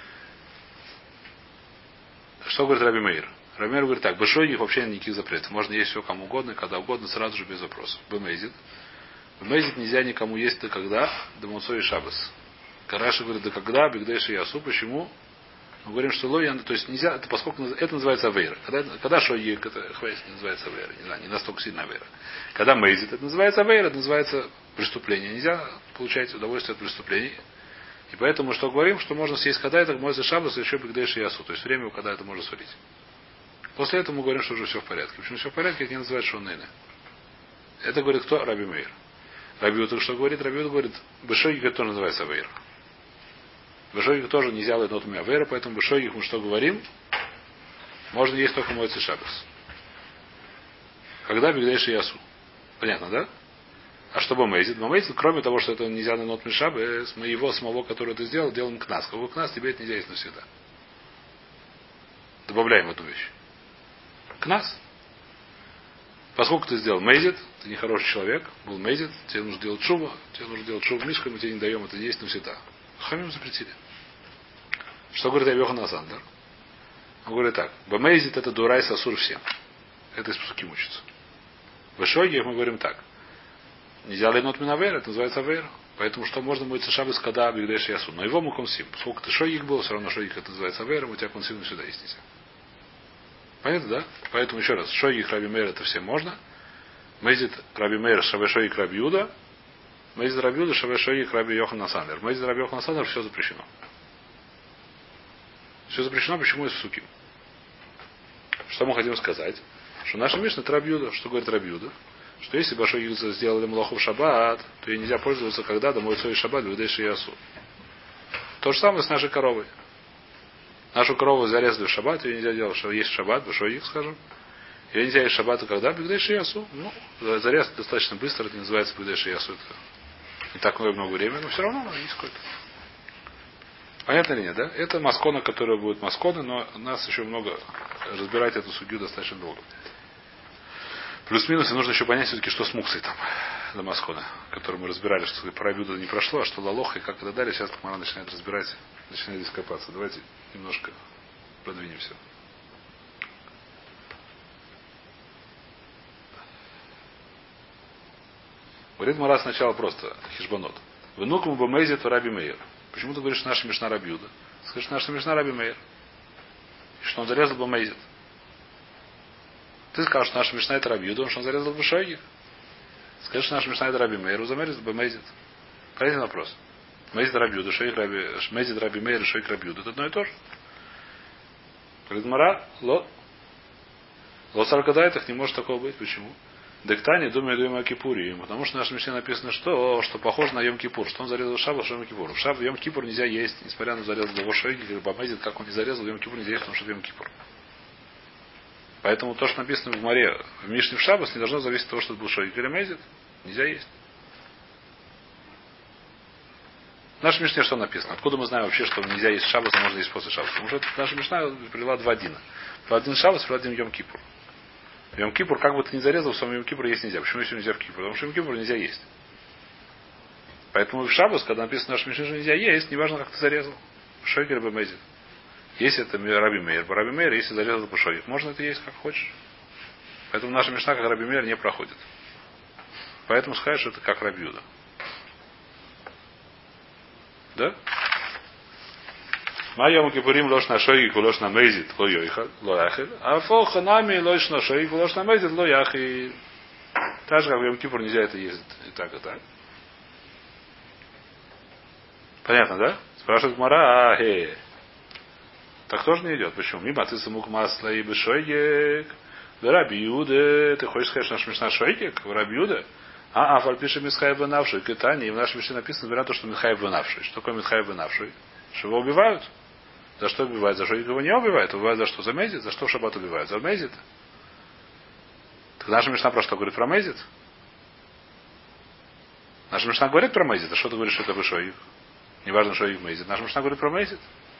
Что говорит Раби Мейр? Раби Мейр говорит так, большой их вообще никаких запретов. Можно есть все кому угодно, когда угодно, сразу же без вопросов. Бемейзит. Бемейзит нельзя никому есть до когда? До Муцой и Шабас. Караша говорит, да когда? Бигдейш и Ясу. Почему? Мы говорим, что лоян, то есть нельзя, это поскольку это называется авейра. Когда шоик, это хвейс, не называется авейра. Не знаю, не настолько сильно авейра. Когда мейзит, это называется авейра, это называется преступление. Нельзя получать удовольствие от преступлений. И поэтому что говорим, что можно съесть когда это мойза шабас и еще бигдейш и ясу. То есть время, когда это можно сварить. После этого мы говорим, что уже все в порядке. Почему все в порядке, это не называется шонейна. Это говорит кто? Раби Мейр. Раби Юда что говорит? Раби Юда говорит, бешойгик это тоже называется авейра. Бешойгик тоже нельзя делать нотами авейра, поэтому бешойгик мы что говорим? Можно есть только мойцей шабас. Когда бигдейш и ясу. Понятно, да? А что бомейзит? Бомейзит, кроме того, что это нельзя на нот мишабы, с моего самого, который ты сделал, делаем кнас. Какой кнас, тебе это нельзя есть навсегда. Добавляем эту вещь. Кнас. Поскольку ты сделал мейзит, ты нехороший человек, был мейзит, тебе нужно делать шуба, тебе нужно делать шубу мишкой, мы тебе не даем это есть навсегда. Хамим запретили. Что говорит Йоханан Сандер? Он говорит так. Бомейзит это дурай сасур всем. Это из псуки учится. В Ишоге мы говорим так. Нельзя ленот минавейр, это называется авейр. Поэтому что можно будет шабас когда бигдеш ясу. Но его мы консим. Поскольку ты шоик был, все равно шоик это называется авейром, у тебя консим сюда есть нельзя. Понятно, да? Поэтому еще раз, шоик Раби Мейр это всем можно. Мейзит Раби Мейр шаве шоик Раби Юда. Мейзит Раби Юда шаве шоик Раби Йоханан Сандер. Мейзит Раби Йоханан Сандер все запрещено. Все запрещено, почему из суки? Что мы хотим сказать? Что наша Мишна это Раби Юда. Что говорит Раби Юда? Что если большой юза сделали млоху в шаббат, то ей нельзя пользоваться, когда домой свой шаббат в ясу. То же самое с нашей коровой. Нашу корову зарезали в шаббат, ее нельзя делать, что есть шаббат, большой их, скажем. Ее нельзя есть в шаббат, когда бигдеш ясу. Ну, зарез достаточно быстро, это не называется бигдеш ясу. Это не так много времени, но все равно есть какой-то. Понятно или нет, да? Это маскона, которая будет маскона, но нас еще много разбирать эту судью достаточно долго. Плюс-минус, и нужно еще понять все-таки, что с муксой там, до Маскона, который мы разбирали, что про Абиуда не прошло, а что Лалоха и как это далее. Сейчас Мара начинает разбирать, начинает здесь копаться. Давайте немножко продвинемся. Говорит Мара сначала просто хижбанот. Вынукому бамейзит Раби Мейер. Почему ты говоришь, что наша Мишна Раби Юда? Скажи, что наша Мишна Раби Мейер. И что он зарезал бамейзит. Ты скажешь, что наша Мишна это Раби Юда, что он зарезал Башойгих. Скажешь, что наша Мишна это Раби Мейер, замерез бамейзит. Понятный вопрос. Мейзит Раби Юда, Шойк Раби, Мейзит Раби Мейер, Шойк Раби Юда. Это одно и то же. Говорит Мара, Лосаркада так не может такого быть. Почему? Дектани думаю о Кипуре. Потому что в нашей Мишне написано, что похоже на Йом Кипур. Что он зарезал Шаба, что Йом Кипур. В Йом Кипур нельзя есть, несмотря на зарезал его Шойгих, или Бамейзит, как он не зарезал, в Йом Кипур нельзя есть, потому что это Йом Кипур. Поэтому то, что написано в Море, в Мишне в Шаббас, не должно зависеть от того, что это был Шойгих или Мейзит. Нельзя есть. В нашей Мишне что написано? Откуда мы знаем вообще, что нельзя есть Шаббас, а можно есть после Шаббаса? Потому что наша Мишна привела два дина. В один Шаббас, в один Йом Кипур. В Йом Кипур, как бы ты ни зарезал, в самом Йом Кипур есть нельзя. Почему еще нельзя в Кипур? Потому что в Йом Кипур нельзя есть. Поэтому в Шаббас, когда написано в нашей Мишне, что нельзя есть, неважно, как ты зарезал. Шойгих или Мейзит. Если это Раби Мейер, Раби Мейер, если зарезал Башойгих, можно это есть как хочешь. Поэтому наша Мишна, как Раби Мейер, не проходит. Поэтому скажешь, что это как Раби Юда. Да? Майом Кипурим лош на Шойгих, лош на Мейзит, ло яхил. А фоха нами лош на Шойгих, лош на Мейзит, ло яхил. Так же, как в Йом Кипур нельзя это есть и так, и так. Понятно, да? Спрашивает Мара, Так тоже не идет. Почему? Мимо ты самух масла и бешойгек. Раби Иуда. Ты хочешь сказать, что наша Мишна шойгек? Раби Иуда? Фальпиша Мисхай Банавший. Китани. И в нашей Мишне написано, говорят, то, что Мисхай Банавший. Что такое Мисхай Банавший? Что его убивают? За что убивают? За что его не убивают? Убивают за что? За мезит? За что в шаббат убивают? За мезит? Так наша Мишна про что говорит? Про мезит? Наша Мишна говорит про мезит. А что ты говоришь, что это бешойгек? Неважно, что их мезит. Наша Мишна говорит про мезит.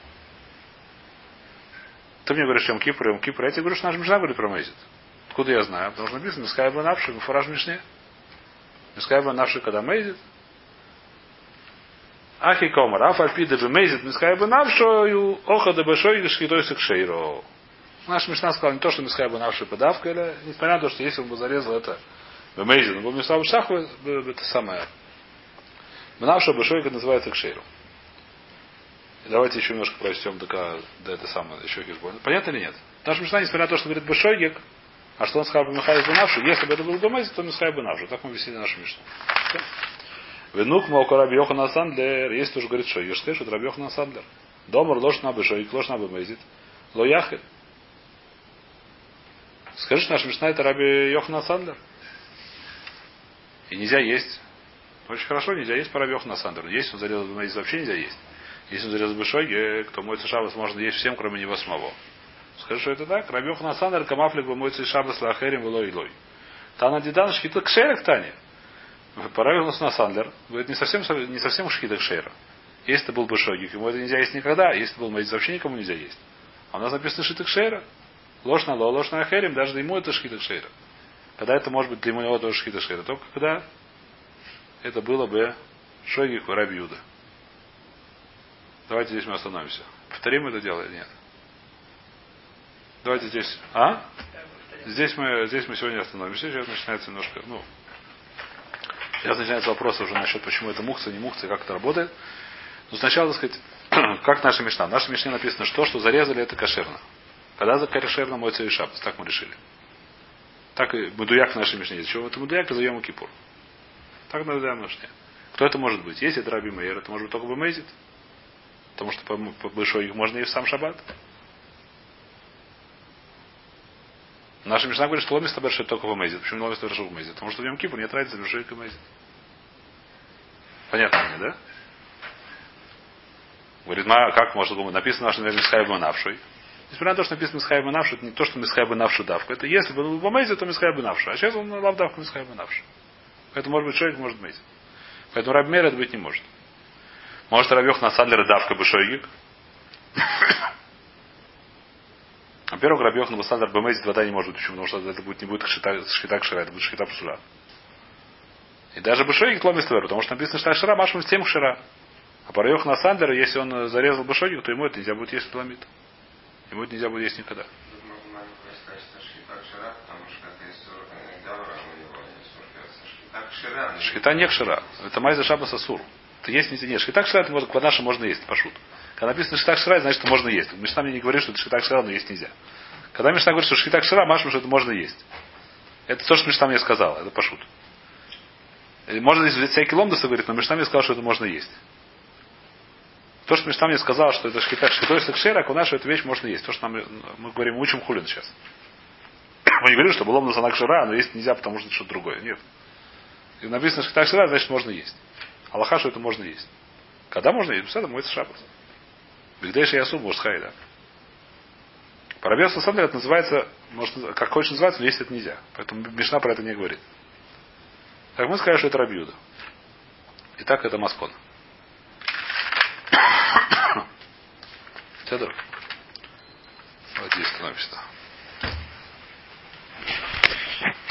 Ты мне говоришь, Йом Кипур, я тебе говорю, что наша Мишна говорит про мезит. Откуда я знаю? Потому что написано, Мискай Банавший, Муфараж Мишне. Мискай Банавший, когда мезит. Ахи Комар, Афальпида Бемезит, Мискай Банавшую, Оха Дебешой, Шхитойсик Шейро. Наша Мишна сказала не то, что Мискай Банавший подавка, или несмотря на то, что если он бы зарезал это Бемезит, он бы Мисау Шаху, это самое. Банавшая Бешойка называется Кшейру. Давайте еще немножко прочтем до это самое, еще хижбон. Понятно или нет? Наша Мишна, несмотря на то, что говорит Бешойгек, а что он сказал бы Михаил Бенавшу, если бы это был Бемезит, то Михаил Бенавшу. Так мы объяснили нашу Мишну. Венук Малко Раби Йоханан Сандлер, есть тоже говорит, что ешь скажешь, что Раби Йоханан Сандлер. Домар ложь на Бешойгек, ложь на Бемезит. Ло Яхель. Скажи, что наша Мишна это Раби Йоханан Сандлер. И нельзя есть. Очень хорошо, нельзя есть по Раби Йоханан Сандлеру. Если он зарезал Бемезит, вообще нельзя есть. Если он зарезал Бешойгек, то мойца шаббас можно есть всем, кроме него самого. Скажи, что это так? Раби Йоханан Сандлер, камафлик бы мойца шаббас лахерим велой лой. Тана дидан шхита кшерек тани. Правил на Сандлер. Говорит, не совсем шхита кшера. Если это был Бешойгек, ему это нельзя есть никогда. Если это был мойца, вообще никому нельзя есть. А у нас написано шхита кшера. Ложь на ло, ложь на ахерим, даже ему это шхита кшера. Когда это может быть для него тоже шхита кшера? Только когда это было бы Шойгек у Раби Юда. Давайте здесь мы остановимся. Повторим это дело или нет? Давайте здесь. Здесь мы сегодня остановимся. Сейчас начинается немножко. Сейчас начинается вопрос уже насчет, почему это мухца, не мухца, и как это работает. Но сначала, так сказать, как наша Мишна. В нашей Мишне написано, что зарезали, это кошерно. Когда за кошерно мойца и шаббас. Так мы решили. Так и Мудуяк в нашей Мишне. Из чего это Мудуяк из Йома Кипур. Так называем в Мишне. Кто это может быть? Если это Раби Мейер, это может быть только Бемезит. Потому что по большой их можно есть в сам шаббат. Наша Мишна говорит, что ломис табер только в Мезит. Почему ломис табер в Мезит? Потому что в Йом Кипур нет разницы между Шейк и Мезит. Понятно мне, да? Говорит, как можно думать? Написано, что Мисхай Банавший. Несмотря на то, что написано Мисхай Банавший, это не то, что Мисхай Банавший давка. Это если бы он был в Мезит, то Мисхай Банавший. А сейчас он лавдавка Мисхай Банавший. Поэтому может быть Шейк, может Мезит. Поэтому Раби Мейер это быть не может. Может, Раби Йоханан Сандлер давка Бешойгек. Во-первых, Раби Йоханан Сандлер Бемезит вода не может быть. Почему? Потому что это не будет шхита кшера, это будет шхита псула. И даже Бешойгек ломис твер, потому что написано, что кшера машем всем кшера. А по Раби Йоханан Сандлеру, если он зарезал Бешойгек, то ему это нельзя будет есть ламит. Ему это нельзя будет есть никогда. Шхита не кшера. Это майза шаббас асур. Это есть нельзя. Нет, шхита кшера, это по нашему можно есть, пошут. Когда написано шхита кшера, значит, что можно есть. Мишна мне не говорит, что это шхита кшера, но есть нельзя. Когда Мишна говорит, что шхита кшера, машем, что это можно есть. Это то, что Мишна мне сказала. Это пошут. Можно здесь взять всякий ломдосы, говорит, но Мишна мне сказала, что это можно есть. То, что Мишна мне сказала, что это шхита кшера, а у нас эту вещь можно есть. То, что мы говорим, учим хулин сейчас. Мы не говорим, что ломдос она кшера, но есть нельзя, потому что это что-то другое. Нет. И написано шхита кшера, значит, можно есть. Аллаха, что это можно есть. Когда можно есть? Это мойца шаббас. Бигдейша ясу мужская, да. Парабес Сандлер это называется, может, как хочешь называется, но есть это нельзя. Поэтому Мишна про это не говорит. Так мы скажем, что это Раби Юда. Итак, это Маскон. Седор. Вот здесь становимся.